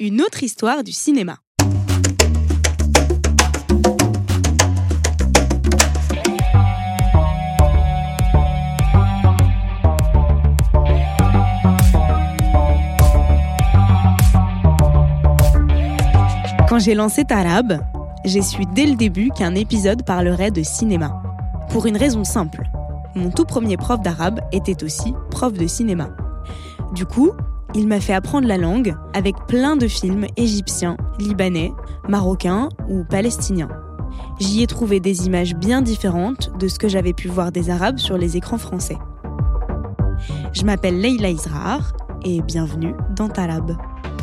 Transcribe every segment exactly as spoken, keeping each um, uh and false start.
une autre histoire du cinéma. Quand j'ai lancé Tarab, j'ai su dès le début qu'un épisode parlerait de cinéma. Pour une raison simple. Mon tout premier prof d'arabe était aussi prof de cinéma. Du coup, il m'a fait apprendre la langue avec plein de films égyptiens, libanais, marocains ou palestiniens. J'y ai trouvé des images bien différentes de ce que j'avais pu voir des Arabes sur les écrans français. Je m'appelle Leïla Israr et bienvenue dans Tarab.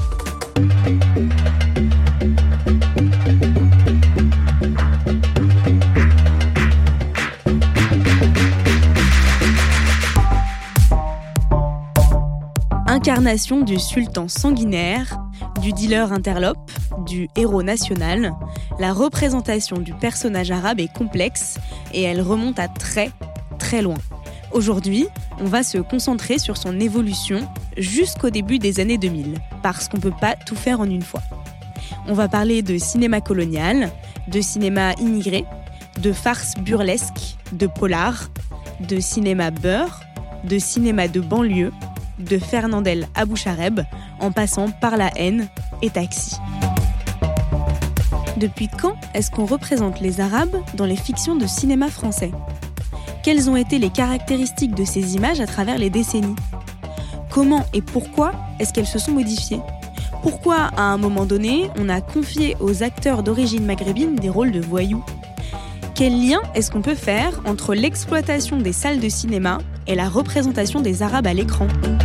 Incarnation du sultan sanguinaire, du dealer interlope, du héros national, la représentation du personnage arabe est complexe et elle remonte à très, très loin. Aujourd'hui, on va se concentrer sur son évolution jusqu'au début des années deux mille, parce qu'on ne peut pas tout faire en une fois. On va parler de cinéma colonial, de cinéma immigré, de farce burlesque, de polar, de cinéma beurre, de cinéma de banlieue, de Fernandel à Bouchareb, en passant par La Haine et Taxi. Depuis quand est-ce qu'on représente les Arabes dans les fictions de cinéma français ? Quelles ont été les caractéristiques de ces images à travers les décennies ? Comment et pourquoi est-ce qu'elles se sont modifiées ? Pourquoi, à un moment donné, on a confié aux acteurs d'origine maghrébine des rôles de voyous ? Quel lien est-ce qu'on peut faire entre l'exploitation des salles de cinéma et la représentation des Arabes à l'écran ?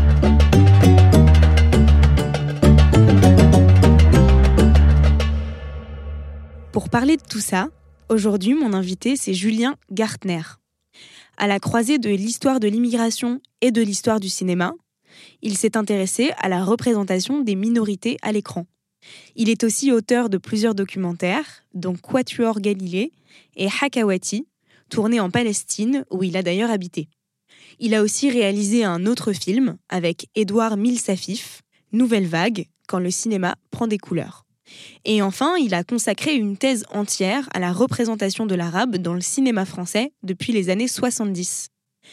Pour parler de tout ça, aujourd'hui, mon invité, c'est Julien Gartner. À la croisée de l'histoire de l'immigration et de l'histoire du cinéma, il s'est intéressé à la représentation des minorités à l'écran. Il est aussi auteur de plusieurs documentaires, dont Quatuor Galilée et Hakawati, tournés en Palestine, où il a d'ailleurs habité. Il a aussi réalisé un autre film avec Édouard Milsafif, Nouvelle Vague, quand le cinéma prend des couleurs. Et enfin, il a consacré une thèse entière à la représentation de l'arabe dans le cinéma français depuis les années soixante-dix.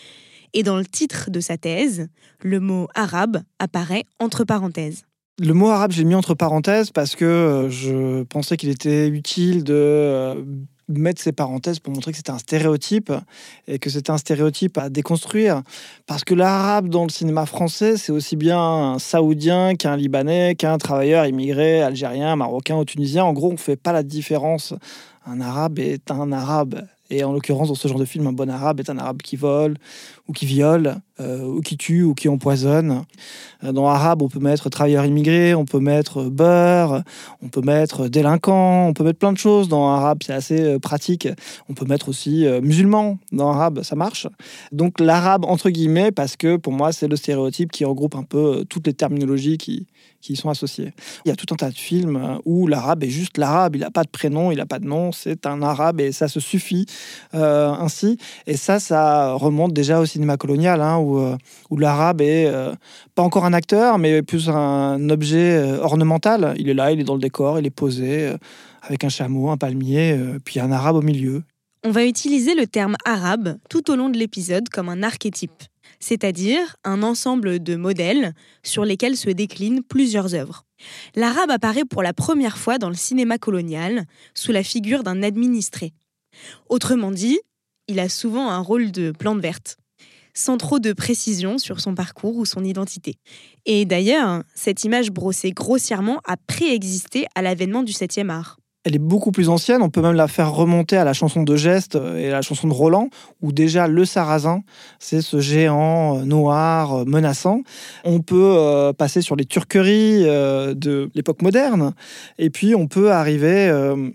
Et dans le titre de sa thèse, le mot « arabe » apparaît entre parenthèses. Le mot arabe, j'ai mis entre parenthèses parce que je pensais qu'il était utile de mettre ces parenthèses pour montrer que c'était un stéréotype et que c'était un stéréotype à déconstruire. Parce que l'arabe dans le cinéma français, c'est aussi bien un saoudien qu'un libanais, qu'un travailleur immigré, algérien, marocain ou tunisien. En gros, on ne fait pas la différence. Un arabe est un arabe. Et en l'occurrence, dans ce genre de film, un bon arabe est un arabe qui vole, ou qui viole, euh, ou qui tue, ou qui empoisonne. Euh, dans arabe, on peut mettre travailleur immigré, on peut mettre beurre, on peut mettre délinquant, on peut mettre plein de choses. Dans arabe, c'est assez euh, pratique. On peut mettre aussi euh, musulman. Dans arabe, ça marche. Donc l'arabe, entre guillemets, parce que pour moi, c'est le stéréotype qui regroupe un peu euh, toutes les terminologies qui, qui y sont associées. Il y a tout un tas de films où l'arabe est juste l'arabe. Il n'a pas de prénom, il n'a pas de nom. C'est un arabe et ça se suffit. Euh, ainsi, et ça, ça remonte déjà au cinéma colonial, hein, où, euh, où l'arabe est euh, pas encore un acteur, mais plus un objet euh, ornemental. Il est là, il est dans le décor, il est posé euh, avec un chameau, un palmier, euh, puis un arabe au milieu. On va utiliser le terme arabe tout au long de l'épisode comme un archétype, c'est-à-dire un ensemble de modèles sur lesquels se déclinent plusieurs œuvres. L'arabe apparaît pour la première fois dans le cinéma colonial sous la figure d'un administré. Autrement dit, il a souvent un rôle de plante verte, sans trop de précision sur son parcours ou son identité. Et d'ailleurs, cette image brossée grossièrement a préexisté à l'avènement du septième art. Elle est beaucoup plus ancienne, on peut même la faire remonter à la chanson de Geste et à la chanson de Roland, où déjà le Sarrasin, c'est ce géant noir menaçant. On peut euh, passer sur les turqueries euh, de l'époque moderne, et puis on peut arriver... Euh,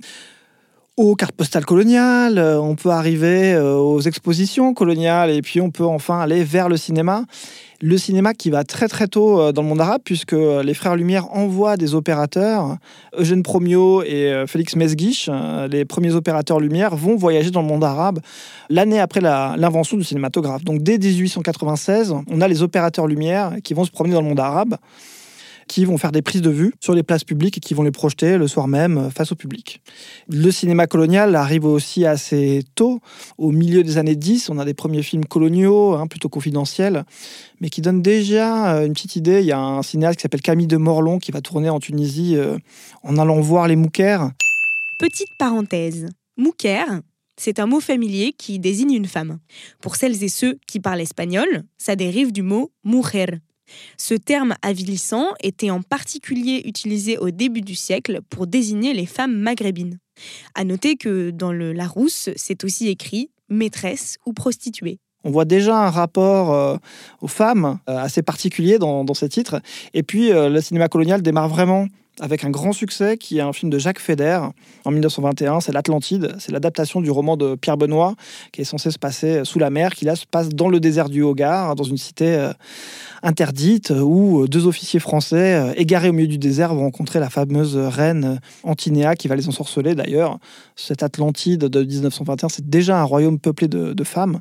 aux cartes postales coloniales, on peut arriver aux expositions coloniales et puis on peut enfin aller vers le cinéma. Le cinéma qui va très très tôt dans le monde arabe puisque les Frères Lumière envoient des opérateurs. Eugène Promiot et Félix Mesguich, les premiers opérateurs Lumière, vont voyager dans le monde arabe l'année après la, l'invention du cinématographe. Donc dès dix-huit cent quatre-vingt-seize, on a les opérateurs Lumière qui vont se promener dans le monde arabe. qui vont faire des prises de vue sur les places publiques et qui vont les projeter le soir même face au public. Le cinéma colonial arrive aussi assez tôt. Au milieu des années dix, on a des premiers films coloniaux, hein, plutôt confidentiels, mais qui donnent déjà une petite idée. Il y a un cinéaste qui s'appelle Camille de Morlon qui va tourner en Tunisie euh, en allant voir les moukers. Petite parenthèse, mouker, c'est un mot familier qui désigne une femme. Pour celles et ceux qui parlent espagnol, ça dérive du mot mujer. Ce terme avilissant était en particulier utilisé au début du siècle pour désigner les femmes maghrébines. À noter que dans le Larousse, c'est aussi écrit maîtresse ou prostituée. On voit déjà un rapport euh, aux femmes euh, assez particulier dans, dans ces titres. Et puis, euh, le cinéma colonial démarre vraiment avec un grand succès qui est un film de Jacques Feder en dix-neuf cent vingt et un, c'est l'Atlantide. C'est l'adaptation du roman de Pierre Benoît qui est censé se passer sous la mer, qui là se passe dans le désert du Hogar, dans une cité euh, interdite où deux officiers français euh, égarés au milieu du désert vont rencontrer la fameuse reine Antinéa qui va les ensorceler. D'ailleurs, cette Atlantide de dix-neuf cent vingt et un, c'est déjà un royaume peuplé de, de femmes.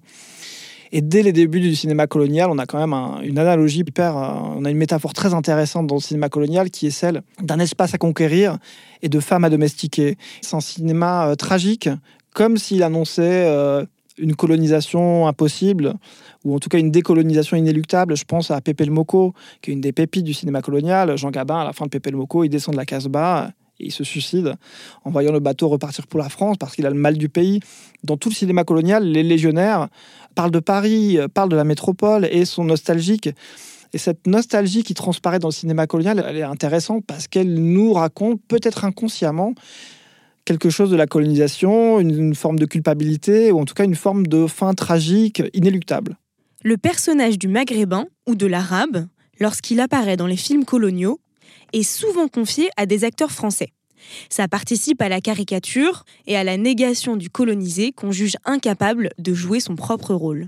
Et dès les débuts du cinéma colonial, on a quand même un, une analogie hyper... Euh, on a une métaphore très intéressante dans le cinéma colonial qui est celle d'un espace à conquérir et de femmes à domestiquer. C'est un cinéma euh, tragique, comme s'il annonçait euh, une colonisation impossible, ou en tout cas une décolonisation inéluctable. Je pense à Pépé le Moko, qui est une des pépites du cinéma colonial. Jean Gabin, à la fin de Pépé le Moko, il descend de la Casbah et il se suicide en voyant le bateau repartir pour la France parce qu'il a le mal du pays. Dans tout le cinéma colonial, les légionnaires parlent de Paris, parlent de la métropole et sont nostalgiques. Et cette nostalgie qui transparaît dans le cinéma colonial, elle est intéressante parce qu'elle nous raconte, peut-être inconsciemment, quelque chose de la colonisation, une, une forme de culpabilité ou en tout cas une forme de fin tragique inéluctable. Le personnage du maghrébin ou de l'arabe, lorsqu'il apparaît dans les films coloniaux, est souvent confié à des acteurs français. Ça participe à la caricature et à la négation du colonisé qu'on juge incapable de jouer son propre rôle.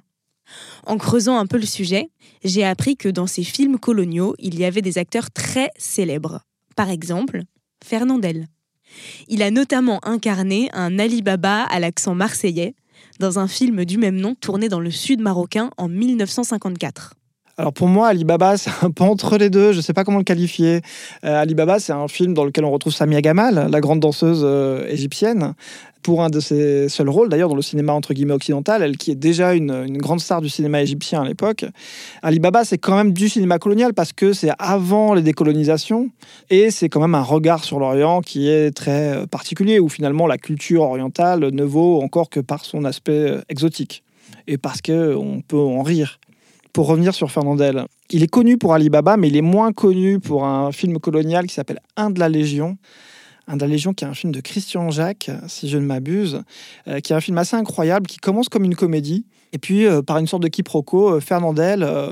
En creusant un peu le sujet, j'ai appris que dans ces films coloniaux, il y avait des acteurs très célèbres. Par exemple, Fernandel. Il a notamment incarné un Ali Baba à l'accent marseillais dans un film du même nom tourné dans le sud marocain en mille neuf cent cinquante-quatre. Alors pour moi, Ali Baba, c'est un peu entre les deux, je ne sais pas comment le qualifier. Euh, Ali Baba, c'est un film dans lequel on retrouve Samia Gamal, la grande danseuse euh, égyptienne, pour un de ses seuls rôles, d'ailleurs, dans le cinéma entre guillemets occidental, elle qui est déjà une, une grande star du cinéma égyptien à l'époque. Ali Baba, c'est quand même du cinéma colonial parce que c'est avant les décolonisations et c'est quand même un regard sur l'Orient qui est très particulier, où finalement la culture orientale ne vaut encore que par son aspect exotique et parce qu'on peut en rire. Pour revenir sur Fernandel, il est connu pour Ali Baba, mais il est moins connu pour un film colonial qui s'appelle Un de la Légion. Un de la Légion, qui est un film de Christian Jacques, si je ne m'abuse, euh, qui est un film assez incroyable, qui commence comme une comédie. Et puis, euh, par une sorte de quiproquo, euh, Fernandel euh,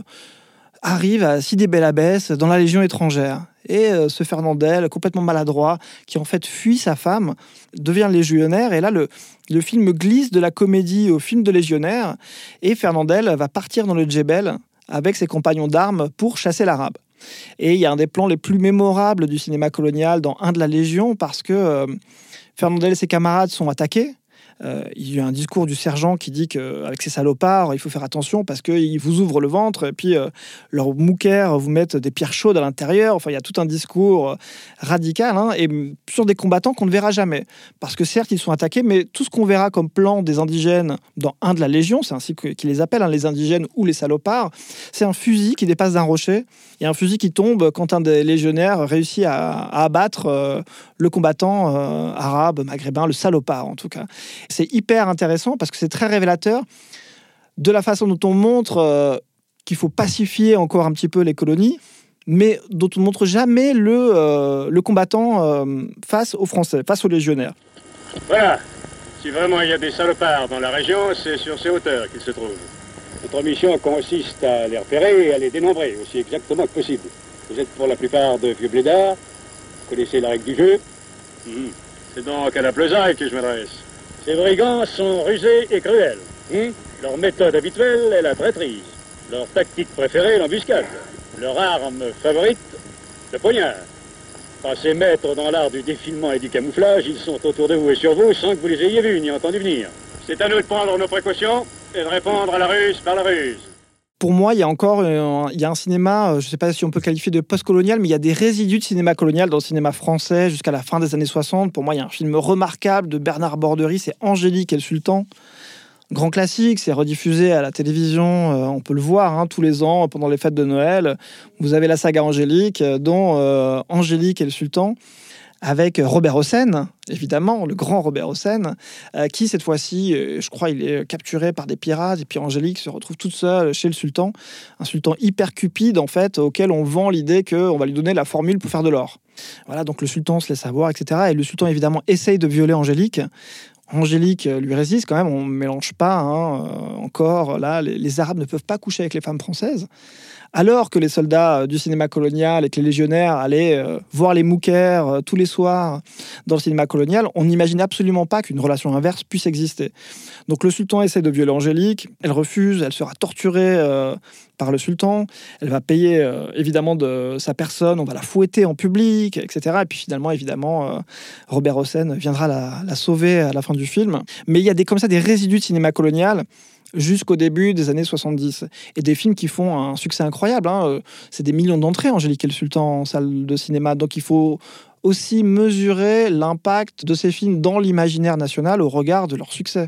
arrive à Sidi Bel Abbès dans la Légion étrangère. Et euh, ce Fernandel, complètement maladroit, qui en fait fuit sa femme, devient légionnaire. Et là, le, le film glisse de la comédie au film de légionnaire. Et Fernandel va partir dans le Djebel avec ses compagnons d'armes pour chasser l'arabe. Et il y a un des plans les plus mémorables du cinéma colonial dans Un de la Légion, parce que euh, Fernandel et ses camarades sont attaqués. Euh, il y a un discours du sergent qui dit qu'avec ces salopards, il faut faire attention parce qu'ils vous ouvrent le ventre et puis euh, leurs moukers vous mettent des pierres chaudes à l'intérieur. Enfin, il y a tout un discours radical, hein, et sur des combattants qu'on ne verra jamais. Parce que certes, ils sont attaqués, mais tout ce qu'on verra comme plan des indigènes dans Un de la Légion, c'est ainsi qu'ils les appellent, hein, les indigènes ou les salopards, c'est un fusil qui dépasse d'un rocher. Il y a un fusil qui tombe quand un des légionnaires réussit à, à abattre euh, le combattant euh, arabe, maghrébin, le salopard en tout cas. C'est hyper intéressant parce que c'est très révélateur de la façon dont on montre euh, qu'il faut pacifier encore un petit peu les colonies, mais dont on ne montre jamais le, euh, le combattant euh, face aux Français, face aux légionnaires. Voilà, si vraiment il y a des salopards dans la région, c'est sur ces hauteurs qu'ils se trouvent. Notre mission consiste à les repérer et à les dénombrer aussi exactement que possible. Vous êtes pour la plupart de vieux blédards, vous connaissez la règle du jeu. Mmh. C'est donc à la plaisaille que je m'adresse. Ces brigands sont rusés et cruels. Hum? Leur méthode habituelle est la traîtrise. Leur tactique préférée, l'embuscade. Leur arme favorite, le poignard. Passés maîtres dans l'art du défilement et du camouflage, ils sont autour de vous et sur vous sans que vous les ayez vus ni entendu venir. C'est à nous de prendre nos précautions et de répondre à la ruse par la ruse. pour moi, il y a encore un, il y a un cinéma, je ne sais pas si on peut qualifier de post-colonial, mais il y a des résidus de cinéma colonial dans le cinéma français jusqu'à la fin des années soixante. Pour moi, il y a un film remarquable de Bernard Borderie, c'est Angélique et le Sultan. Grand classique, c'est rediffusé à la télévision, euh, on peut le voir hein, tous les ans pendant les fêtes de Noël. Vous avez la saga Angélique, dont euh, Angélique et le Sultan, avec Robert Hossein, évidemment, le grand Robert Hossein, euh, qui cette fois-ci, euh, je crois, il est capturé par des pirates, et puis Angélique se retrouve toute seule chez le sultan, un sultan hyper cupide, en fait, auquel on vend l'idée qu'on va lui donner la formule pour faire de l'or. Voilà, donc le sultan se laisse avoir, et cetera. Et le sultan, évidemment, essaye de violer Angélique. Angélique lui résiste quand même, on ne mélange pas hein, euh, encore, là, les, les Arabes ne peuvent pas coucher avec les femmes françaises. Alors que les soldats du cinéma colonial et que les légionnaires allaient euh, voir les moukers euh, tous les soirs dans le cinéma colonial, on n'imagine absolument pas qu'une relation inverse puisse exister. Donc le sultan essaie de violer Angélique, elle refuse, elle sera torturée euh, par le sultan, elle va payer euh, évidemment de sa personne, on va la fouetter en public, et cetera. Et puis finalement, évidemment, euh, Robert Hossein viendra la, la sauver à la fin du film. Mais il y a des, comme ça des résidus de cinéma colonial jusqu'au début des années soixante-dix. Et des films qui font un succès incroyable. Hein. C'est des millions d'entrées, Angélique et le Sultan, en salle de cinéma. Donc il faut aussi mesurer l'impact de ces films dans l'imaginaire national au regard de leur succès.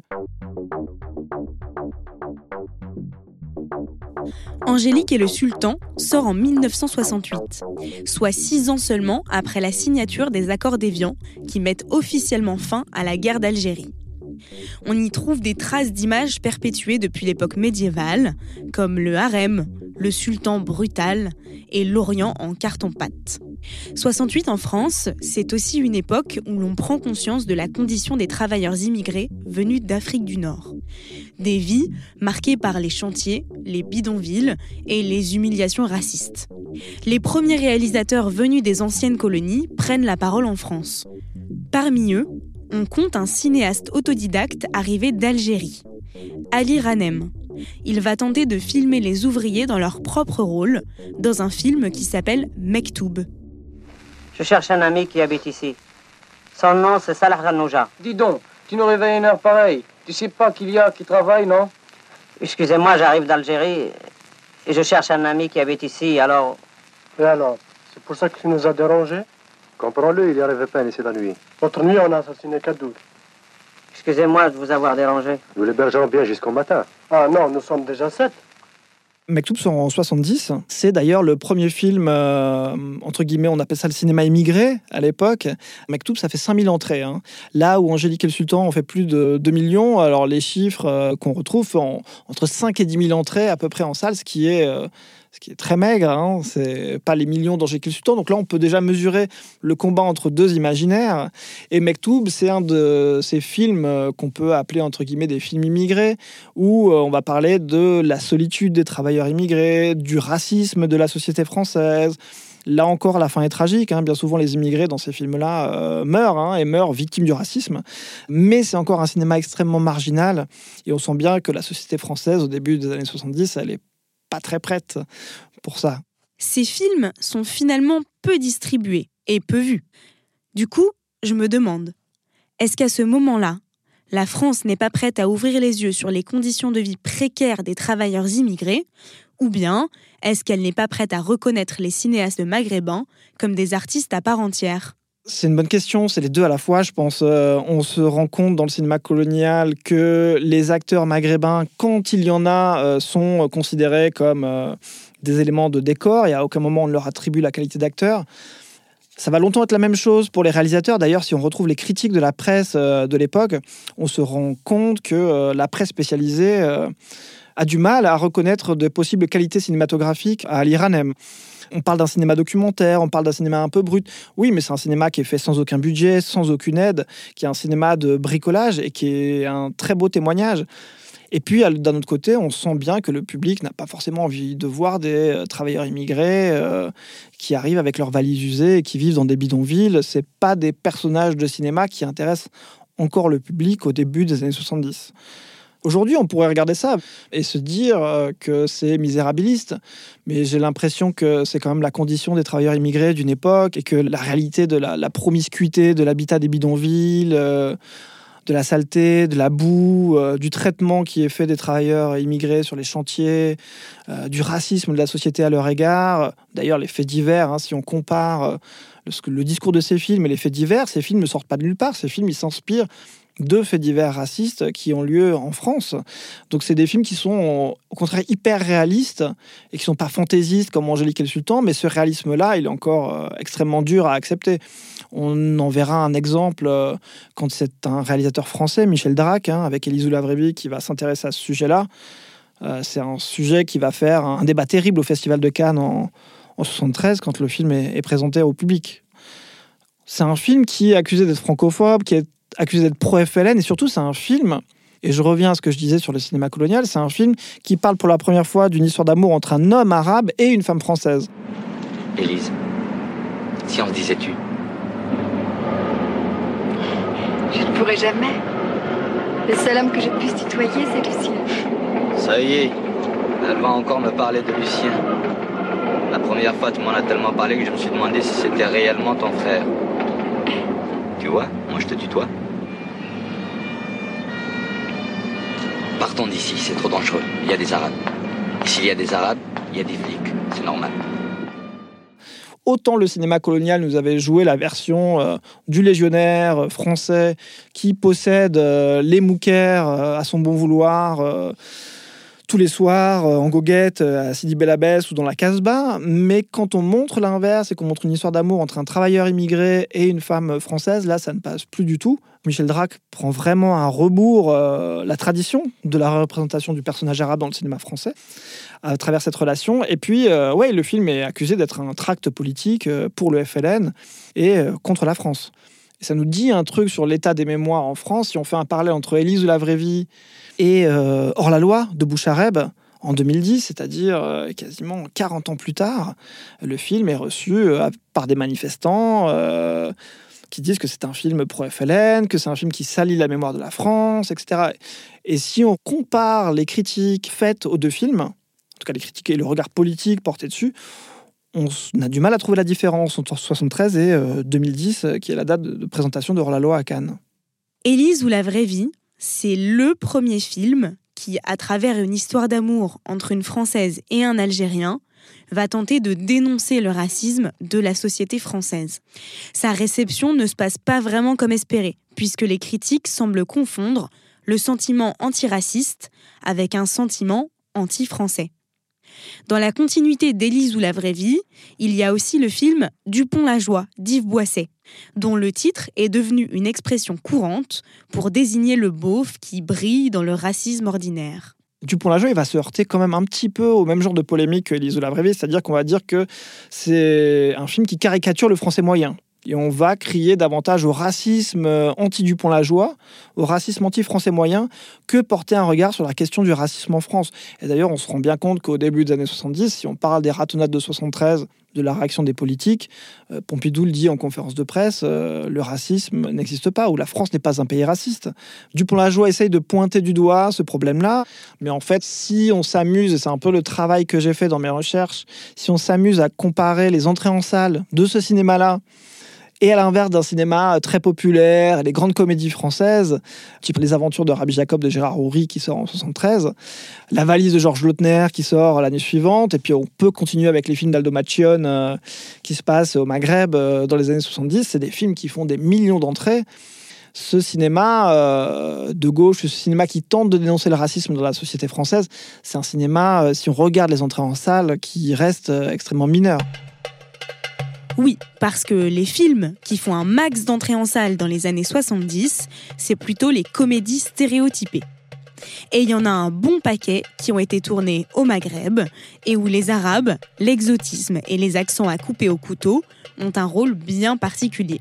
Angélique et le Sultan sort en mille neuf cent soixante-huit, soit six ans seulement après la signature des accords d'Évian qui mettent officiellement fin à la guerre d'Algérie. On y trouve des traces d'images perpétuées depuis l'époque médiévale, comme le harem, le sultan brutal et l'Orient en carton-pâte. soixante-huit en France, c'est aussi une époque où l'on prend conscience de la condition des travailleurs immigrés venus d'Afrique du Nord. Des vies marquées par les chantiers, les bidonvilles et les humiliations racistes. Les premiers réalisateurs venus des anciennes colonies prennent la parole en France. Parmi eux, on compte un cinéaste autodidacte arrivé d'Algérie, Ali Ranem. Il va tenter de filmer les ouvriers dans leur propre rôle, dans un film qui s'appelle Mektoub. Je cherche un ami qui habite ici. Son nom, c'est Salah Ranouja. Dis donc, tu nous réveilles à une heure pareille. Tu sais pas qu'il y a qui travaille, non? Excusez-moi, j'arrive d'Algérie et je cherche un ami qui habite ici, alors... Et alors, c'est pour ça que tu nous as dérangés? Comprends-le, il y arrive pas ici la nuit. L'autre nuit, on a assassiné Kadoul. Excusez-moi de vous avoir dérangé. Nous l'hébergerons bien jusqu'au matin. Ah non, nous sommes déjà sept. Mektoub sort en soixante-dix. C'est d'ailleurs le premier film, euh, entre guillemets, on appelle ça le cinéma immigré à l'époque. Mektoub, ça fait cinq mille entrées. Hein. Là où Angélique et le Sultan ont fait plus de deux millions, alors les chiffres euh, qu'on retrouve font entre cinq et dix mille entrées à peu près en salle, ce qui est... Euh, ce qui est très maigre, hein. C'est pas les millions d'Angélique et le Sultan. Donc là, on peut déjà mesurer le combat entre deux imaginaires. Et Mektoub, c'est un de ces films qu'on peut appeler, entre guillemets, des films immigrés, où on va parler de la solitude des travailleurs immigrés, du racisme de la société française. Là encore, la fin est tragique. Hein. Bien souvent, les immigrés dans ces films-là euh, meurent hein, et meurent victimes du racisme. Mais c'est encore un cinéma extrêmement marginal. Et on sent bien que la société française, au début des années soixante-dix, elle est pas très prête pour ça. Ces films sont finalement peu distribués et peu vus. Du coup, je me demande, est-ce qu'à ce moment-là, la France n'est pas prête à ouvrir les yeux sur les conditions de vie précaires des travailleurs immigrés, ou bien est-ce qu'elle n'est pas prête à reconnaître les cinéastes maghrébins comme des artistes à part entière ? C'est une bonne question, c'est les deux à la fois, je pense. Euh, on se rend compte dans le cinéma colonial que les acteurs maghrébins, quand il y en a, euh, sont considérés comme euh, des éléments de décor et à aucun moment on leur attribue la qualité d'acteur. Ça va longtemps être la même chose pour les réalisateurs. D'ailleurs, si on retrouve les critiques de la presse euh, de l'époque, on se rend compte que euh, la presse spécialisée euh, a du mal à reconnaître de possibles qualités cinématographiques à Ali Ranem. On parle d'un cinéma documentaire, on parle d'un cinéma un peu brut. Oui, mais c'est un cinéma qui est fait sans aucun budget, sans aucune aide, qui est un cinéma de bricolage et qui est un très beau témoignage. Et puis, d'un autre côté, on sent bien que le public n'a pas forcément envie de voir des euh, travailleurs immigrés euh, qui arrivent avec leurs valises usées et qui vivent dans des bidonvilles. C'est pas des personnages de cinéma qui intéressent encore le public au début des années soixante-dix. Aujourd'hui, on pourrait regarder ça et se dire que c'est misérabiliste, mais j'ai l'impression que c'est quand même la condition des travailleurs immigrés d'une époque et que la réalité de la, la promiscuité de l'habitat des bidonvilles, euh, de la saleté, de la boue, euh, du traitement qui est fait des travailleurs immigrés sur les chantiers, euh, du racisme de la société à leur égard. D'ailleurs, les faits divers, hein, si on compare euh, le, le discours de ces films et les faits divers, ces films ne sortent pas de nulle part. Ces films, ils s'inspirent de faits divers racistes qui ont lieu en France. Donc c'est des films qui sont au contraire hyper réalistes et qui sont pas fantaisistes comme Angélique et le Sultan, mais ce réalisme-là, il est encore euh, extrêmement dur à accepter. On en verra un exemple euh, quand c'est un réalisateur français, Michel Drac, hein, avec Élise Oula-Vrévy, qui va s'intéresser à ce sujet-là. Euh, c'est un sujet qui va faire un débat terrible au Festival de Cannes en, en soixante-treize, quand le film est, est présenté au public. C'est un film qui est accusé d'être francophobe, qui est accusé d'être pro-F L N, et surtout c'est un film, et je reviens à ce que je disais sur le cinéma colonial, c'est un film qui parle pour la première fois d'une histoire d'amour entre un homme arabe et une femme française. Élise, si on se disait tu. Je ne pourrai jamais. Le seul homme que je puisse tutoyer, c'est Lucien. Ça y est, elle va encore me parler de Lucien. La première fois, tu m'en as tellement parlé que je me suis demandé si c'était réellement ton frère. Tu vois, moi je te tutoie. Partons d'ici, c'est trop dangereux. Il y a des Arabes. Et s'il y a des Arabes, il y a des flics. C'est normal. Autant le cinéma colonial nous avait joué la version euh, du légionnaire euh, français qui possède euh, les mouquères euh, à son bon vouloir euh, tous les soirs euh, en goguette euh, à Sidi Bel Abbès ou dans la Casbah, mais quand on montre l'inverse et qu'on montre une histoire d'amour entre un travailleur immigré et une femme française, là ça ne passe plus du tout. Michel Drac prend vraiment à rebours euh, la tradition de la représentation du personnage arabe dans le cinéma français à travers cette relation. Et puis, euh, ouais, le film est accusé d'être un tract politique euh, pour le F L N et euh, contre la France. Et ça nous dit un truc sur l'état des mémoires en France. Si on fait un parallèle entre Élise Oula-Vrévy et euh, Hors-la-Loi de Bouchareb en deux mille dix, c'est-à-dire euh, quasiment quarante ans plus tard, le film est reçu euh, par des manifestants euh, qui disent que c'est un film pro-F L N, que c'est un film qui salit la mémoire de la France, et cetera. Et si on compare les critiques faites aux deux films, en tout cas les critiques et le regard politique porté dessus, on a du mal à trouver la différence entre soixante-treize et euh, deux mille dix, euh, qui est la date de, de présentation de Hors-la-Loi à Cannes. Élise Oula-Vrévy, c'est le premier film qui, à travers une histoire d'amour entre une Française et un Algérien, va tenter de dénoncer le racisme de la société française. Sa réception ne se passe pas vraiment comme espéré, puisque les critiques semblent confondre le sentiment antiraciste avec un sentiment anti-français. Dans la continuité d'Élise Oula-Vrévy, il y a aussi le film Dupont-la-Joie d'Yves Boisset, dont le titre est devenu une expression courante pour désigner le beauf qui brille dans le racisme ordinaire. Dupont-la-Joie, il va se heurter quand même un petit peu au même genre de polémique que Élise Oula-Vrévy, c'est-à-dire qu'on va dire que c'est un film qui caricature le français moyen. Et on va crier davantage au racisme anti-Dupont-la-Joie, au racisme anti-français moyen, que porter un regard sur la question du racisme en France. Et d'ailleurs, on se rend bien compte qu'au début des années soixante-dix, si on parle des ratonnades de soixante-treize, de la réaction des politiques, euh, Pompidou le dit en conférence de presse, euh, le racisme n'existe pas, ou la France n'est pas un pays raciste. Dupont-la-Joie essaye de pointer du doigt ce problème-là, mais en fait, si on s'amuse, et c'est un peu le travail que j'ai fait dans mes recherches, si on s'amuse à comparer les entrées en salle de ce cinéma-là, et à l'inverse d'un cinéma très populaire, les grandes comédies françaises, type Les Aventures de Rabbi Jacob de Gérard Houry qui sort en soixante-treize, La Valise de Georges Lautner qui sort l'année suivante, et puis on peut continuer avec les films d'Aldo Macione euh, qui se passent au Maghreb euh, dans les années soixante-dix. C'est des films qui font des millions d'entrées. Ce cinéma euh, de gauche, ce cinéma qui tente de dénoncer le racisme dans la société française, c'est un cinéma, euh, si on regarde les entrées en salle, qui reste euh, extrêmement mineur. Oui, parce que les films qui font un max d'entrées en salle dans les années soixante-dix, c'est plutôt les comédies stéréotypées. Et il y en a un bon paquet qui ont été tournés au Maghreb et où les Arabes, l'exotisme et les accents à couper au couteau ont un rôle bien particulier.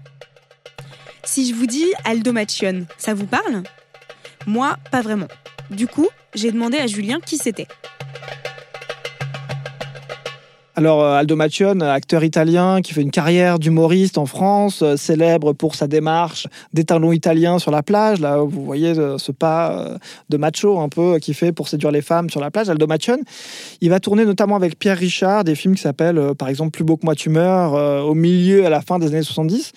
Si je vous dis Aldo Macione, ça vous parle ? Moi, pas vraiment. Du coup, j'ai demandé à Julien qui c'était. Alors, Aldo Macione, acteur italien qui fait une carrière d'humoriste en France, euh, célèbre pour sa démarche d'étalon italien sur la plage. Là, vous voyez euh, ce pas euh, de macho un peu qu'il fait pour séduire les femmes sur la plage. Aldo Macione, il va tourner notamment avec Pierre Richard des films qui s'appellent, euh, par exemple, Plus beau que moi tu meurs, euh, au milieu, à la fin des années soixante-dix.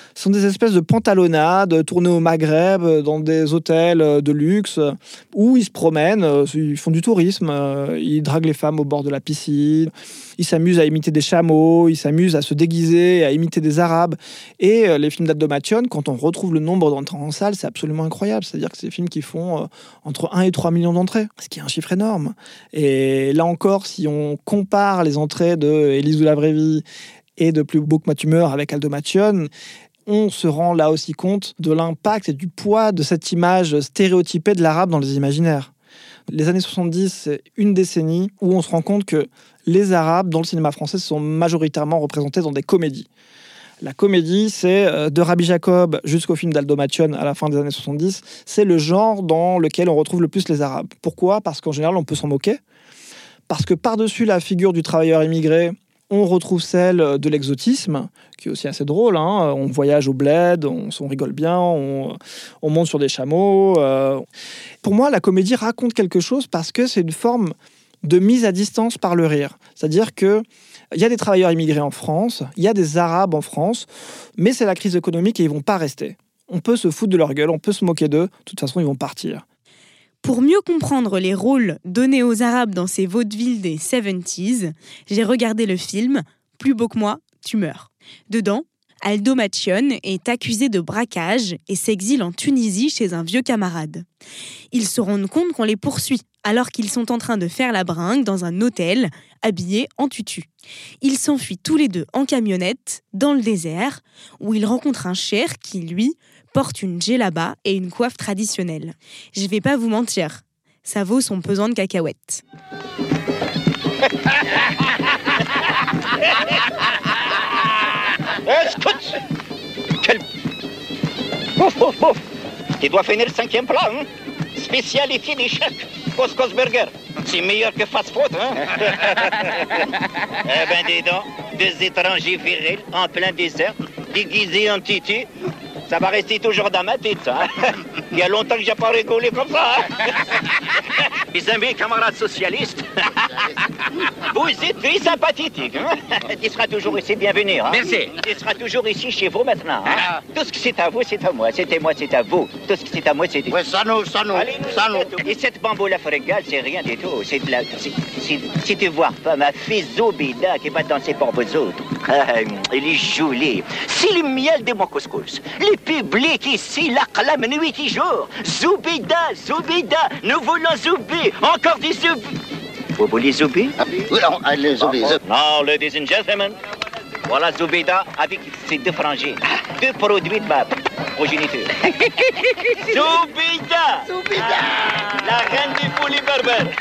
Ce sont des espèces de pantalonnades tournées au Maghreb, dans des hôtels de luxe, où ils se promènent, ils font du tourisme, ils draguent les femmes au bord de la piscine, ils s'amusent à imiter des chameaux, ils s'amusent à se déguiser, à imiter des Arabes. Et les films d'Aldo Macione, quand on retrouve le nombre d'entrées en salle, c'est absolument incroyable. C'est-à-dire que c'est des films qui font entre un et trois millions d'entrées, ce qui est un chiffre énorme. Et là encore, si on compare les entrées de Élise de la vraie vie et de Plus beau que moi tu meurs avec Aldo Macione, on se rend là aussi compte de l'impact et du poids de cette image stéréotypée de l'arabe dans les imaginaires. Les années soixante-dix, c'est une décennie où on se rend compte que les Arabes, dans le cinéma français, sont majoritairement représentés dans des comédies. La comédie, c'est de Rabbi Jacob jusqu'au film d'Aldo Macione à la fin des années soixante-dix, c'est le genre dans lequel on retrouve le plus les Arabes. Pourquoi ? Parce qu'en général, on peut s'en moquer. Parce que par-dessus la figure du travailleur immigré, on retrouve celle de l'exotisme, qui est aussi assez drôle. Hein. On voyage au bled, on, on rigole bien, on, on monte sur des chameaux. Euh. Pour moi, la comédie raconte quelque chose parce que c'est une forme de mise à distance par le rire. C'est-à-dire qu'il y a des travailleurs immigrés en France, il y a des Arabes en France, mais c'est la crise économique et ils ne vont pas rester. On peut se foutre de leur gueule, on peut se moquer d'eux, de toute façon, ils vont partir. Pour mieux comprendre les rôles donnés aux Arabes dans ces vaudevilles des soixante-dix, j'ai regardé le film « Plus beau que moi, tu meurs ». Dedans, Aldo Macione est accusé de braquage et s'exile en Tunisie chez un vieux camarade. Ils se rendent compte qu'on les poursuit alors qu'ils sont en train de faire la bringue dans un hôtel, habillés en tutu. Ils s'enfuient tous les deux en camionnette, dans le désert, où ils rencontrent un cheikh qui, lui, porte une djellaba et une coiffe traditionnelle. Je vais pas vous mentir, ça vaut son pesant de cacahuètes. Écoute, quel... Bouf, bouf, bouf. Tu dois finir le cinquième plat, hein? Spécialité des chefs, Couscous Burger. C'est meilleur que fast food, hein? Eh ben, dis donc, deux étrangers virils en plein désert, déguisés en tutu. Ça va rester toujours dans ma tête, ça. Il y a longtemps que j'ai pas rigolé comme ça. Mes amis camarades socialistes, vous êtes très sympathiques. Hein? Tu seras toujours ici, bienvenue. Hein? Merci. Tu seras toujours ici chez vous maintenant. Hein? Tout ce qui c'est à vous, c'est à moi. C'était moi, c'est à vous. Tout ce qui c'est à moi, c'est... Ouais, ça nous, ça nous, Allez, ça nous. Et cette bamboula frégale, c'est rien du tout. C'est de la... Si tu vois pas ma fille Zoubida qui va danser pour vous autres. Ah, elle est jolie. C'est le miel de mon couscous. Le public ici l'acclame nuit et jour. Zoubida, Zoubida, nous voulons Zoubi. Encore des Zoubi. Vous voulez Zoubi? Ah, oui, non, les Zoubi. Now, ladies and gentlemen, voilà Zoubida avec ses deux frangines. Deux produits de ma progéniture. Zoubida! Zoubida! Ah, la reine des folies berbères.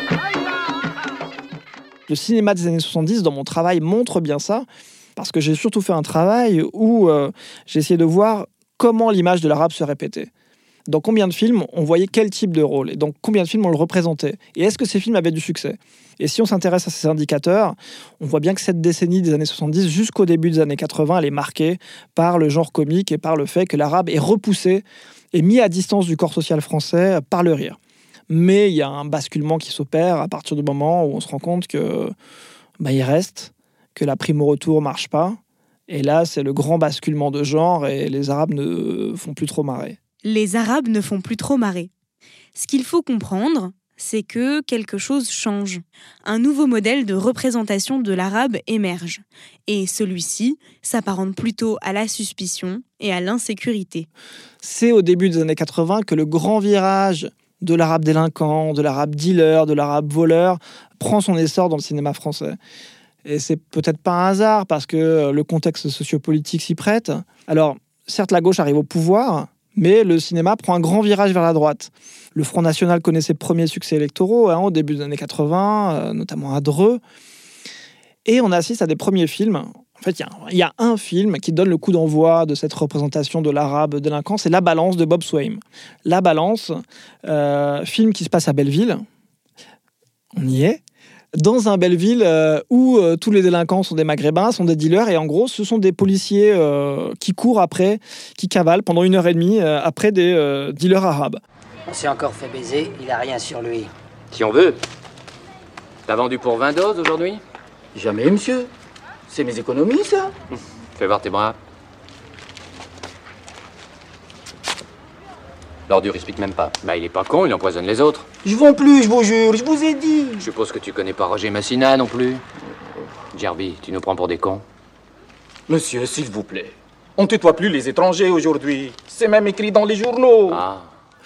Le cinéma des années soixante-dix, dans mon travail, montre bien ça, parce que j'ai surtout fait un travail où euh, j'ai essayé de voir comment l'image de l'arabe se répétait. Dans combien de films on voyait quel type de rôle, et dans combien de films on le représentait. Et est-ce que ces films avaient du succès ? Et si on s'intéresse à ces indicateurs, on voit bien que cette décennie des années soixante-dix jusqu'au début des années quatre-vingts, elle est marquée par le genre comique et par le fait que l'arabe est repoussé et mis à distance du corps social français par le rire. Mais il y a un basculement qui s'opère à partir du moment où on se rend compte que bah, il reste, que la prime au retour ne marche pas. Et là, c'est le grand basculement de genre et les Arabes ne font plus trop marrer. Les Arabes ne font plus trop marrer. Ce qu'il faut comprendre, c'est que quelque chose change. Un nouveau modèle de représentation de l'arabe émerge. Et celui-ci s'apparente plutôt à la suspicion et à l'insécurité. C'est au début des années quatre-vingts que le grand virage de l'arabe délinquant, de l'arabe dealer, de l'arabe voleur, prend son essor dans le cinéma français. Et c'est peut-être pas un hasard, parce que le contexte sociopolitique s'y prête. Alors, certes, la gauche arrive au pouvoir, mais le cinéma prend un grand virage vers la droite. Le Front National connaît ses premiers succès électoraux hein, au début des années quatre-vingts, euh, notamment à Dreux. Et on assiste à des premiers films. En fait, il y, y a un film qui donne le coup d'envoi de cette représentation de l'arabe délinquant, c'est La Balance de Bob Swaim. La Balance, euh, film qui se passe à Belleville. On y est. Dans un Belleville euh, où euh, tous les délinquants sont des maghrébins, sont des dealers, et en gros, ce sont des policiers euh, qui courent après, qui cavalent pendant une heure et demie euh, après des euh, dealers arabes. On s'est encore fait baiser, il a rien sur lui. Si on veut. T'as vendu pour vingt doses aujourd'hui? Jamais, monsieur. C'est mes économies, ça. Fais voir tes bras. L'ordure, il se pique même pas. Bah, il est pas con, il empoisonne les autres. Je vends plus, je vous jure, je vous ai dit. Je suppose que tu connais pas Roger Massina non plus. Jerby, tu nous prends pour des cons? Monsieur, s'il vous plaît. On tutoie plus les étrangers aujourd'hui. C'est même écrit dans les journaux. Ah.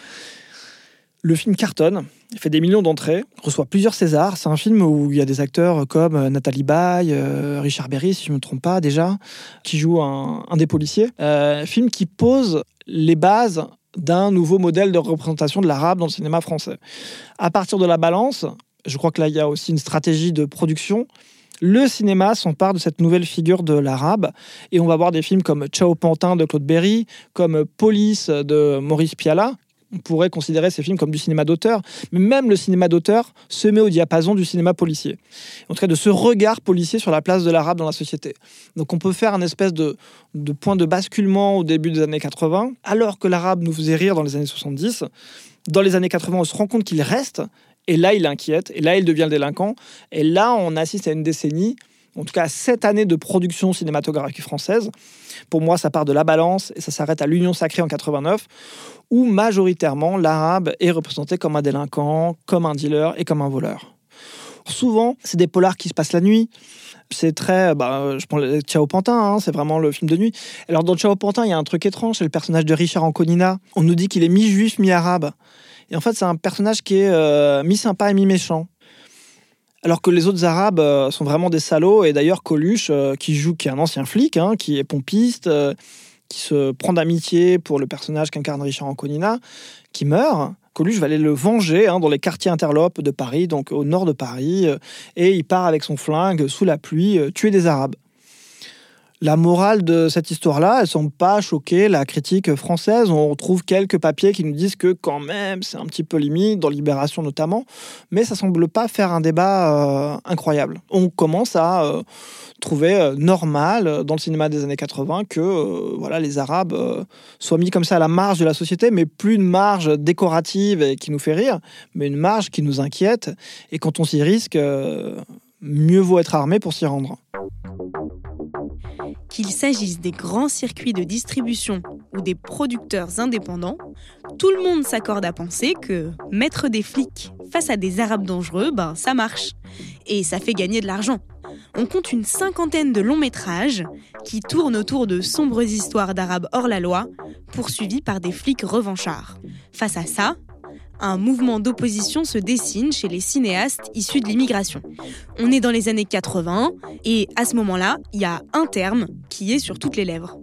Le film cartonne, il fait des millions d'entrées, reçoit plusieurs Césars. C'est un film où il y a des acteurs comme Nathalie Baye, euh, Richard Berry, si je ne me trompe pas déjà, qui joue un, un des policiers. Euh, film qui pose les bases d'un nouveau modèle de représentation de l'arabe dans le cinéma français. À partir de La Balance, je crois que là, il y a aussi une stratégie de production. Le cinéma s'empare de cette nouvelle figure de l'arabe et on va voir des films comme Ciao Pantin de Claude Berry, comme Police de Maurice Pialat. On pourrait considérer ces films comme du cinéma d'auteur, mais même le cinéma d'auteur se met au diapason du cinéma policier. En tout cas, de ce regard policier sur la place de l'arabe dans la société. Donc on peut faire un espèce de, de point de basculement au début des années quatre-vingts, alors que l'arabe nous faisait rire dans les années soixante-dix. Dans les années quatre-vingts, on se rend compte qu'il reste, et là, il inquiète, et là, il devient le délinquant. Et là, on assiste à une décennie, en tout cas à sept années de production cinématographique française. Pour moi, ça part de La Balance et ça s'arrête à L'Union Sacrée en quatre-vingt-neuf, où majoritairement l'arabe est représenté comme un délinquant, comme un dealer et comme un voleur. Souvent, c'est des polars qui se passent la nuit. C'est très... Bah, je prends le Ciao Pantin, hein, c'est vraiment le film de nuit. Alors dans Ciao Pantin, il y a un truc étrange, c'est le personnage de Richard Anconina. On nous dit qu'il est mi-juif, mi-arabe. Et en fait, c'est un personnage qui est euh, mi-sympa et mi-méchant. Alors que les autres Arabes euh, sont vraiment des salauds. Et d'ailleurs, Coluche, euh, qui joue, qui est un ancien flic, hein, qui est pompiste, euh, qui se prend d'amitié pour le personnage qu'incarne Richard Anconina, qui meurt. Coluche va aller le venger hein, dans les quartiers interlopes de Paris, donc au nord de Paris, euh, et il part avec son flingue, sous la pluie, euh, tuer des Arabes. La morale de cette histoire-là, elle ne semble pas choquer la critique française. On retrouve quelques papiers qui nous disent que quand même, c'est un petit peu limite, dans Libération notamment, mais ça ne semble pas faire un débat euh, incroyable. On commence à euh, trouver euh, normal, dans le cinéma des années quatre-vingts, que euh, voilà, les Arabes euh, soient mis comme ça à la marge de la société, mais plus une marge décorative et qui nous fait rire, mais une marge qui nous inquiète. Et quand on s'y risque, euh, mieux vaut être armé pour s'y rendre. Qu'il s'agisse des grands circuits de distribution ou des producteurs indépendants, tout le monde s'accorde à penser que mettre des flics face à des Arabes dangereux, ben ça marche. Et ça fait gagner de l'argent. On compte une cinquantaine de longs métrages qui tournent autour de sombres histoires d'Arabes hors la loi, poursuivis par des flics revanchards. Face à ça, un mouvement d'opposition se dessine chez les cinéastes issus de l'immigration. On est dans les années quatre-vingts et à ce moment-là, il y a un terme qui est sur toutes les lèvres.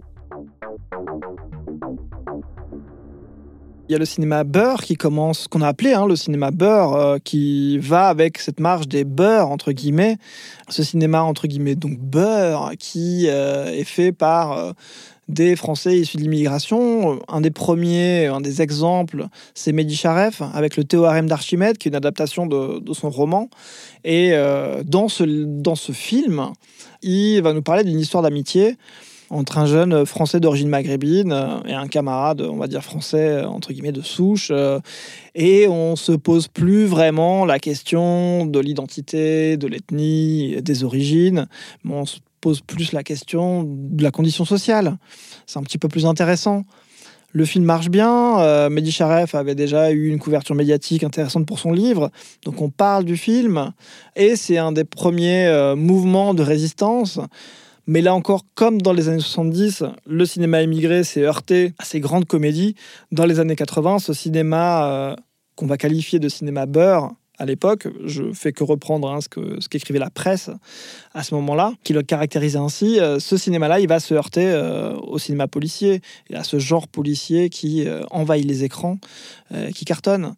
Il y a le cinéma beurre qui commence, qu'on a appelé hein, le cinéma beurre, euh, qui va avec cette marge des beurs, entre guillemets. Ce cinéma, entre guillemets, donc beurre, qui euh, est fait par... Euh, des Français issus de l'immigration. Un des premiers, un des exemples, c'est Mehdi Charef, avec le Théorème d'Archimède, qui est une adaptation de, de son roman. Et euh, dans, ce, dans ce film, il va nous parler d'une histoire d'amitié entre un jeune Français d'origine maghrébine et un camarade, on va dire français, entre guillemets, de souche. Et on se pose plus vraiment la question de l'identité, de l'ethnie, des origines, mais on se pose plus la question de la condition sociale. C'est un petit peu plus intéressant. Le film marche bien. Euh, Mehdi Charef avait déjà eu une couverture médiatique intéressante pour son livre. Donc on parle du film. Et c'est un des premiers euh, mouvements de résistance. Mais là encore, comme dans les années soixante-dix, le cinéma émigré s'est heurté à ces grandes comédies. Dans les années quatre-vingts, ce cinéma euh, qu'on va qualifier de cinéma beurre, à l'époque, je fais que reprendre hein, ce, que, ce qu'écrivait la presse à ce moment-là, qui le caractérisait ainsi. Euh, ce cinéma-là, il va se heurter euh, au cinéma policier, et à ce genre policier qui euh, envahit les écrans, euh, qui cartonne.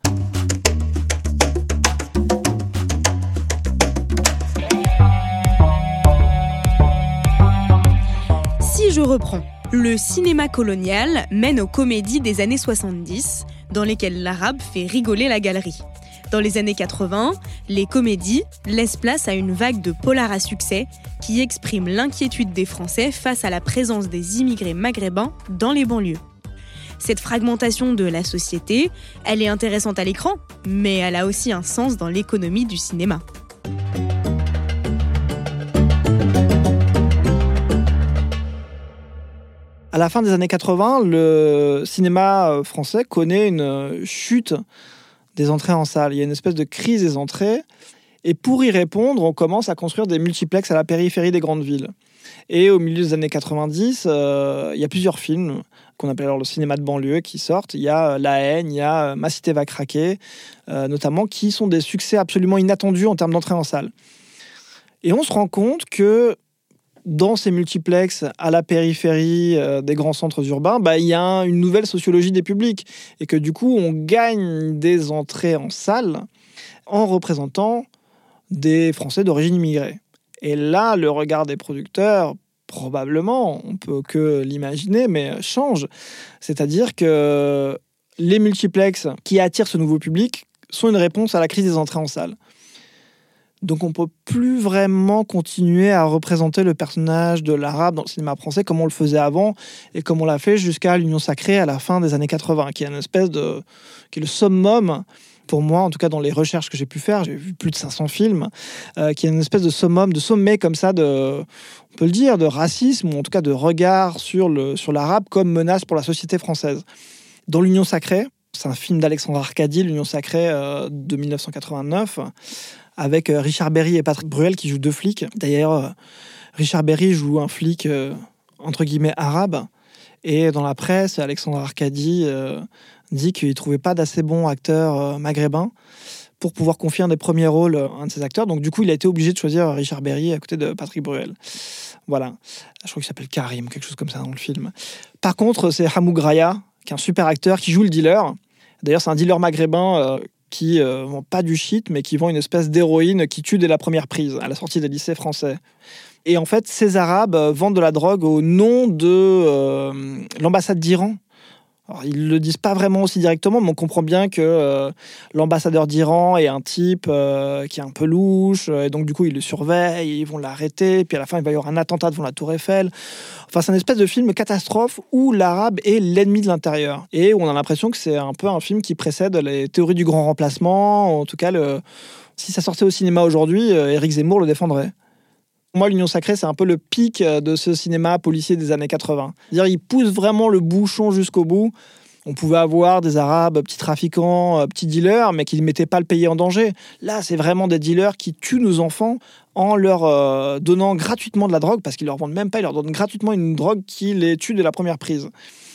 Si je reprends, le cinéma colonial mène aux comédies des années soixante-dix, dans lesquelles l'arabe fait rigoler la galerie. Dans les années quatre-vingts, les comédies laissent place à une vague de polars à succès qui exprime l'inquiétude des Français face à la présence des immigrés maghrébins dans les banlieues. Cette fragmentation de la société, elle est intéressante à l'écran, mais elle a aussi un sens dans l'économie du cinéma. À la fin des années quatre-vingts, le cinéma français connaît une chute des entrées en salle. Il y a une espèce de crise des entrées. Et pour y répondre, on commence à construire des multiplexes à la périphérie des grandes villes. Et au milieu des années quatre-vingt-dix, euh, il y a plusieurs films qu'on appelle alors le cinéma de banlieue qui sortent. Il y a La Haine, il y a Ma cité va craquer, euh, notamment, qui sont des succès absolument inattendus en termes d'entrée en salle. Et on se rend compte que dans ces multiplexes à la périphérie euh, des grands centres urbains, bah, il y a une nouvelle sociologie des publics. Et que du coup, on gagne des entrées en salle en représentant des Français d'origine immigrée. Et là, le regard des producteurs, probablement, on peut que l'imaginer, mais change. C'est-à-dire que les multiplexes qui attirent ce nouveau public sont une réponse à la crise des entrées en salle. Donc on ne peut plus vraiment continuer à représenter le personnage de l'arabe dans le cinéma français comme on le faisait avant et comme on l'a fait jusqu'à l'Union sacrée à la fin des années quatre-vingts, qui est une espèce de... qui est le summum, pour moi, en tout cas dans les recherches que j'ai pu faire, j'ai vu plus de cinq cents films, euh, qui est une espèce de summum, de sommet comme ça, de, on peut le dire, de racisme, ou en tout cas de regard sur, le, sur l'arabe comme menace pour la société française. Dans l'Union sacrée, c'est un film d'Alexandre Arcadi, l'Union sacrée euh, de dix-neuf cent quatre-vingt-neuf, avec euh, Richard Berry et Patrick Bruel qui jouent deux flics. D'ailleurs, euh, Richard Berry joue un flic, euh, entre guillemets, arabe. Et dans la presse, Alexandre Arcadi euh, dit qu'il ne trouvait pas d'assez bons acteurs euh, maghrébins pour pouvoir confier un des premiers rôles à un de ses acteurs. Donc du coup, il a été obligé de choisir Richard Berry à côté de Patrick Bruel. Voilà. Je crois qu'il s'appelle Karim, quelque chose comme ça dans le film. Par contre, c'est Hamou Graya, qui est un super acteur, qui joue le dealer. D'ailleurs, c'est un dealer maghrébin euh, qui euh, vend pas du shit, mais qui vend une espèce d'héroïne qui tue dès la première prise, à la sortie des lycées français. Et en fait, ces Arabes euh, vendent de la drogue au nom de euh, l'ambassade d'Iran. Alors, ils ne le disent pas vraiment aussi directement, mais on comprend bien que euh, l'ambassadeur d'Iran est un type euh, qui est un peu louche, et donc du coup, ils le surveillent, ils vont l'arrêter, puis à la fin, il va y avoir un attentat devant la Tour Eiffel. Enfin, c'est une espèce de film catastrophe où l'arabe est l'ennemi de l'intérieur. Et où on a l'impression que c'est un peu un film qui précède les théories du grand remplacement. En tout cas, le... si ça sortait au cinéma aujourd'hui, euh, Éric Zemmour le défendrait. Moi, l'Union sacrée, c'est un peu le pic de ce cinéma policier des années quatre-vingts. C'est-à-dire, il pousse vraiment le bouchon jusqu'au bout. On pouvait avoir des Arabes, petits trafiquants, petits dealers, mais qui ne mettaient pas le pays en danger. Là, c'est vraiment des dealers qui tuent nos enfants en leur euh, donnant gratuitement de la drogue, parce qu'ils leur vendent même pas, ils leur donnent gratuitement une drogue qui les tue de la première prise.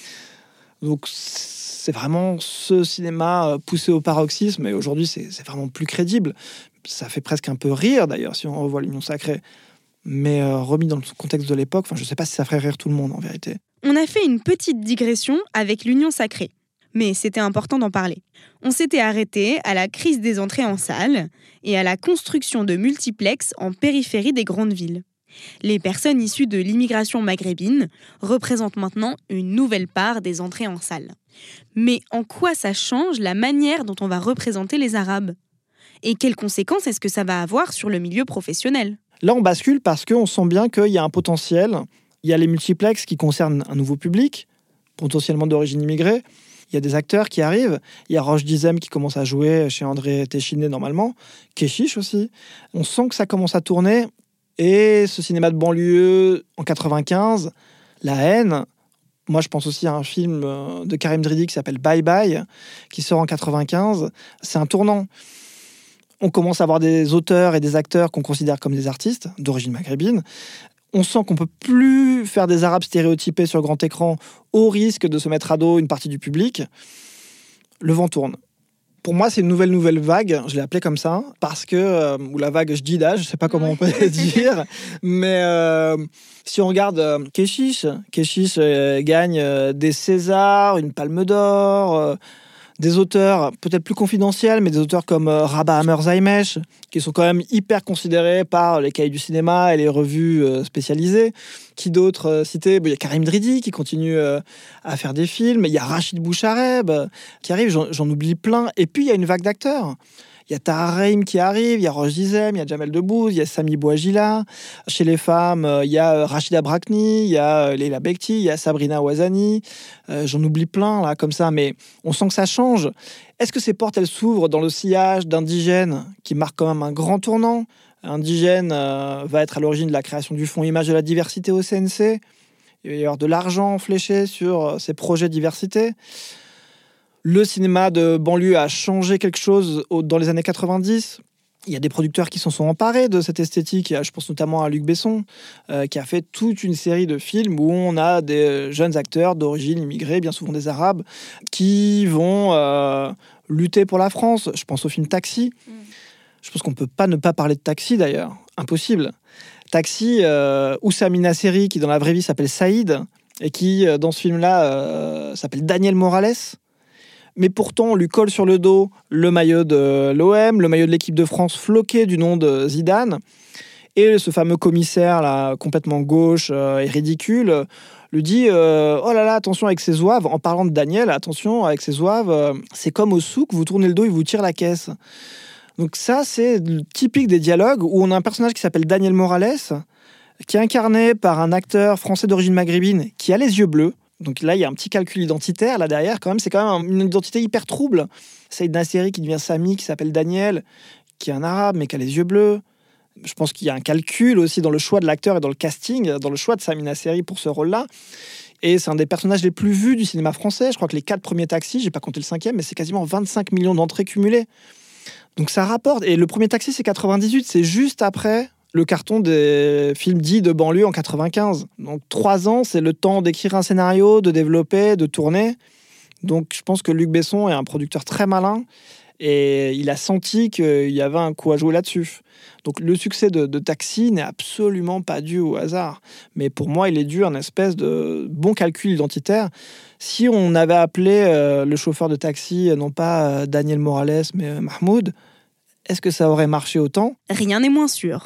Donc, c'est vraiment ce cinéma poussé au paroxysme, et aujourd'hui, c'est, c'est vraiment plus crédible. Ça fait presque un peu rire, d'ailleurs, si on revoit l'Union sacrée. Mais euh, remis dans le contexte de l'époque, je ne sais pas si ça ferait rire tout le monde, en vérité. On a fait une petite digression avec l'Union sacrée. Mais c'était important d'en parler. On s'était arrêté à la crise des entrées en salle et à la construction de multiplexes en périphérie des grandes villes. Les personnes issues de l'immigration maghrébine représentent maintenant une nouvelle part des entrées en salle. Mais en quoi ça change la manière dont on va représenter les Arabes ? Et quelles conséquences est-ce que ça va avoir sur le milieu professionnel ? Là, on bascule parce qu'on sent bien qu'il y a un potentiel. Il y a les multiplexes qui concernent un nouveau public, potentiellement d'origine immigrée. Il y a des acteurs qui arrivent. Il y a Roche Dizem qui commence à jouer chez André Téchiné normalement. Keshish aussi. On sent que ça commence à tourner. Et ce cinéma de banlieue en quatre-vingt-quinze, La Haine. Moi, je pense aussi à un film de Karim Dridi qui s'appelle Bye Bye, qui sort en quatre-vingt-quinze. C'est un tournant. On commence à avoir des auteurs et des acteurs qu'on considère comme des artistes d'origine maghrébine. On sent qu'on ne peut plus faire des Arabes stéréotypés sur grand écran au risque de se mettre à dos une partie du public. Le vent tourne. Pour moi, c'est une nouvelle nouvelle vague. Je l'ai appelée comme ça parce que... Euh, ou la vague Jdida, je ne sais pas comment on peut dire. Mais euh, si on regarde euh, Keshish, Keshish euh, gagne euh, des Césars, une Palme d'Or... Euh, des auteurs peut-être plus confidentiels, mais des auteurs comme euh, Rabah Amer Zaimesh, qui sont quand même hyper considérés par les cahiers du cinéma et les revues euh, spécialisées. Qui d'autres euh, cités ? Bon, il y a Karim Dridi qui continue euh, à faire des films. Il y a Rachid Bouchareb euh, qui arrive, j'en, j'en oublie plein. Et puis, il y a une vague d'acteurs. Il y a Tahar Rahim qui arrive, il y a Roche Dizem, il y a Jamel Debbouze, il y a Sami Bouajila. Chez les femmes, il y a Rachida Brakni, il y a Leila Bekti, il y a Sabrina Ouazani. Euh, j'en oublie plein, là, comme ça, mais on sent que ça change. Est-ce que ces portes, elles s'ouvrent dans le sillage d'Indigène, qui marque quand même un grand tournant ? Indigène euh, va être à l'origine de la création du Fonds Image de la Diversité au C N C. Il va y avoir de l'argent fléché sur ces projets de diversité. Le cinéma de banlieue a changé quelque chose dans les années quatre-vingt-dix. Il y a des producteurs qui s'en sont emparés de cette esthétique. Je pense notamment à Luc Besson, euh, qui a fait toute une série de films où on a des jeunes acteurs d'origine immigrée, bien souvent des Arabes, qui vont euh, lutter pour la France. Je pense au film Taxi. Mmh. Je pense qu'on ne peut pas ne pas parler de Taxi, d'ailleurs. Impossible. Taxi, euh, Oussama Seri, qui dans la vraie vie s'appelle Saïd, et qui, dans ce film-là, euh, s'appelle Daniel Morales. Mais pourtant, on lui colle sur le dos le maillot de l'O M, le maillot de l'équipe de France floqué du nom de Zidane. Et ce fameux commissaire, là, complètement gauche euh, et ridicule, euh, lui dit euh, « Oh là là, attention avec ces zouaves !» En parlant de Daniel, attention avec ces zouaves, euh, c'est comme au souk, vous tournez le dos, il vous tire la caisse. Donc ça, c'est typique des dialogues où on a un personnage qui s'appelle Daniel Morales, qui est incarné par un acteur français d'origine maghrébine qui a les yeux bleus. Donc là, il y a un petit calcul identitaire là derrière. Quand même, c'est quand même une identité hyper trouble. Saïd Nasseri qui devient Sami, qui s'appelle Daniel, qui est un arabe mais qui a les yeux bleus. Je pense qu'il y a un calcul aussi dans le choix de l'acteur et dans le casting, dans le choix de Sami Nasseri pour ce rôle-là. Et c'est un des personnages les plus vus du cinéma français. Je crois que les quatre premiers Taxis, j'ai pas compté le cinquième, mais c'est quasiment vingt-cinq millions d'entrées cumulées. Donc ça rapporte. Et le premier Taxi, c'est quatre-vingt-dix-huit. C'est juste après le carton des films dits de banlieue en quatre-vingt-quinze. Donc trois ans, c'est le temps d'écrire un scénario, de développer, de tourner. Donc je pense que Luc Besson est un producteur très malin et il a senti qu'il y avait un coup à jouer là-dessus. Donc le succès de, de Taxi n'est absolument pas dû au hasard. Mais pour moi, il est dû à un espèce de bon calcul identitaire. Si on avait appelé euh, le chauffeur de taxi, non pas euh, Daniel Morales, mais euh, Mahmoud, est-ce que ça aurait marché autant ? Rien n'est moins sûr.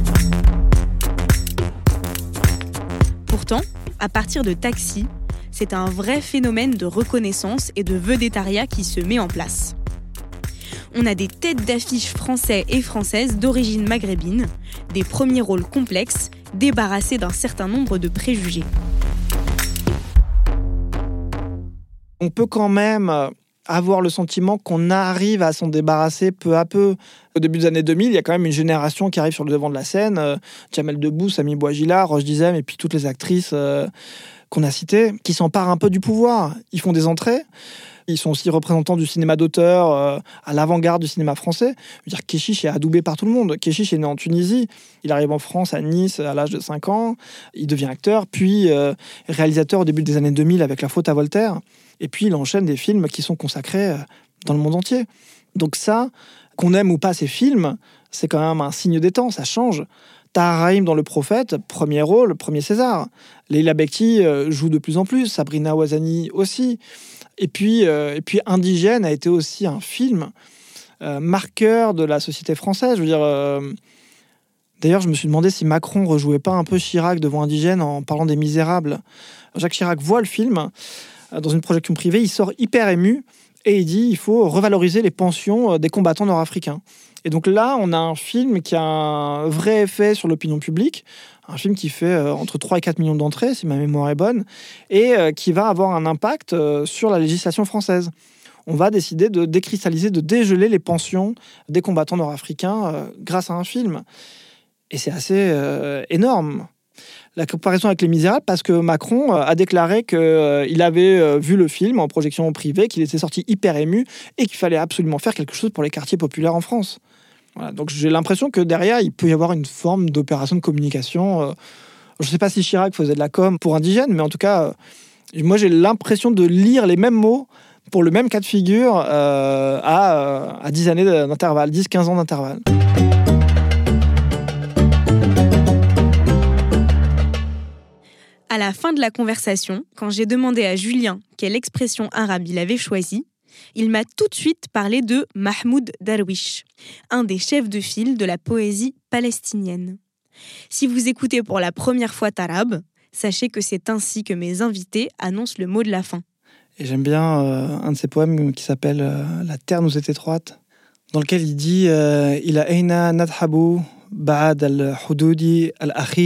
Pourtant, à partir de Taxi, c'est un vrai phénomène de reconnaissance et de vedettariat qui se met en place. On a des têtes d'affiche français et françaises d'origine maghrébine, des premiers rôles complexes, débarrassés d'un certain nombre de préjugés. On peut quand même avoir le sentiment qu'on arrive à s'en débarrasser peu à peu. Au début des années deux mille, il y a quand même une génération qui arrive sur le devant de la scène. Euh, Jamel Debbouze, Samy Bouajila, Roche Dizem, et puis toutes les actrices euh, qu'on a citées, qui s'emparent un peu du pouvoir. Ils font des entrées. Ils sont aussi représentants du cinéma d'auteur euh, à l'avant-garde du cinéma français. Je veux dire, Keshish est adoubé par tout le monde. Keshish est né en Tunisie. Il arrive en France, à Nice, à l'âge de cinq ans. Il devient acteur, puis euh, réalisateur au début des années deux mille avec La faute à Voltaire. Et puis, il enchaîne des films qui sont consacrés euh, dans le monde entier. Donc ça, qu'on aime ou pas ces films, c'est quand même un signe des temps, ça change. Tahar Rahim dans Le Prophète, premier rôle, premier César. Leila Bekti euh, joue de plus en plus, Sabrina Ouazani aussi. Et puis, euh, et puis Indigène a été aussi un film euh, marqueur de la société française. Je veux dire, euh... d'ailleurs, je me suis demandé si Macron rejouait pas un peu Chirac devant Indigène en parlant des Misérables. Jacques Chirac voit le film euh, dans une projection privée, il sort hyper ému et il dit il faut revaloriser les pensions des combattants nord-africains. Et donc là, on a un film qui a un vrai effet sur l'opinion publique, un film qui fait euh, entre trois et quatre millions d'entrées, si ma mémoire est bonne, et euh, qui va avoir un impact euh, sur la législation française. On va décider de décristalliser, de dégeler les pensions des combattants nord-africains euh, grâce à un film. Et c'est assez euh, énorme. La comparaison avec Les Misérables, parce que Macron a déclaré qu'il euh, avait euh, vu le film en projection privée, qu'il était sorti hyper ému et qu'il fallait absolument faire quelque chose pour les quartiers populaires en France. Voilà, donc j'ai l'impression que derrière, il peut y avoir une forme d'opération de communication. Euh, je ne sais pas si Chirac faisait de la com pour Indigène, mais en tout cas, euh, moi j'ai l'impression de lire les mêmes mots pour le même cas de figure euh, à, euh, à dix années d'intervalle, dix quinze ans d'intervalle. À la fin de la conversation, quand j'ai demandé à Julien quelle expression arabe il avait choisie, il m'a tout de suite parlé de Mahmoud Darwish, un des chefs de file de la poésie palestinienne. Si vous écoutez pour la première fois Tarab, sachez que c'est ainsi que mes invités annoncent le mot de la fin. Et j'aime bien euh, un de ses poèmes qui s'appelle euh, « La terre nous est étroite », dans lequel il dit euh, « Ila aina nadhabu ba'ad al-hududi al-akhirati »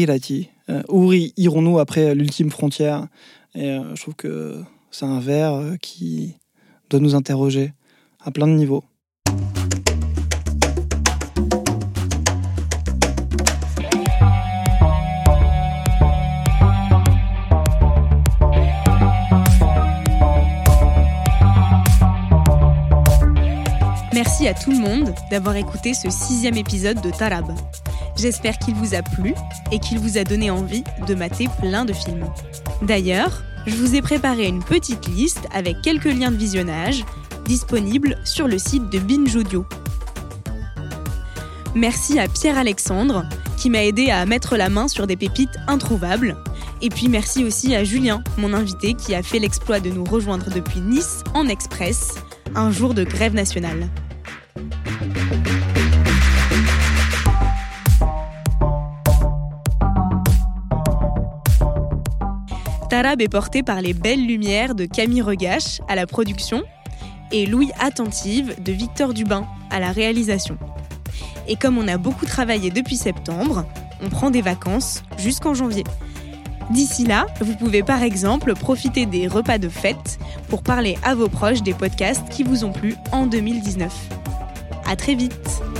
Où irons-nous après l'ultime frontière ? Et euh, je trouve que c'est un vers euh, qui doit nous interroger à plein de niveaux. Merci à tout le monde d'avoir écouté ce sixième épisode de Tarab. J'espère qu'il vous a plu et qu'il vous a donné envie de mater plein de films. D'ailleurs, je vous ai préparé une petite liste avec quelques liens de visionnage disponibles sur le site de Binge Audio. Merci à Pierre-Alexandre qui m'a aidé à mettre la main sur des pépites introuvables. Et puis merci aussi à Julien, mon invité, qui a fait l'exploit de nous rejoindre depuis Nice en express, un jour de grève nationale. Tarab est porté par les belles lumières de Camille Regache à la production et Louis Attentive de Victor Dubin à la réalisation. Et comme on a beaucoup travaillé depuis septembre, on prend des vacances jusqu'en janvier. D'ici là, vous pouvez par exemple profiter des repas de fête pour parler à vos proches des podcasts qui vous ont plu en deux mille dix-neuf. À très vite!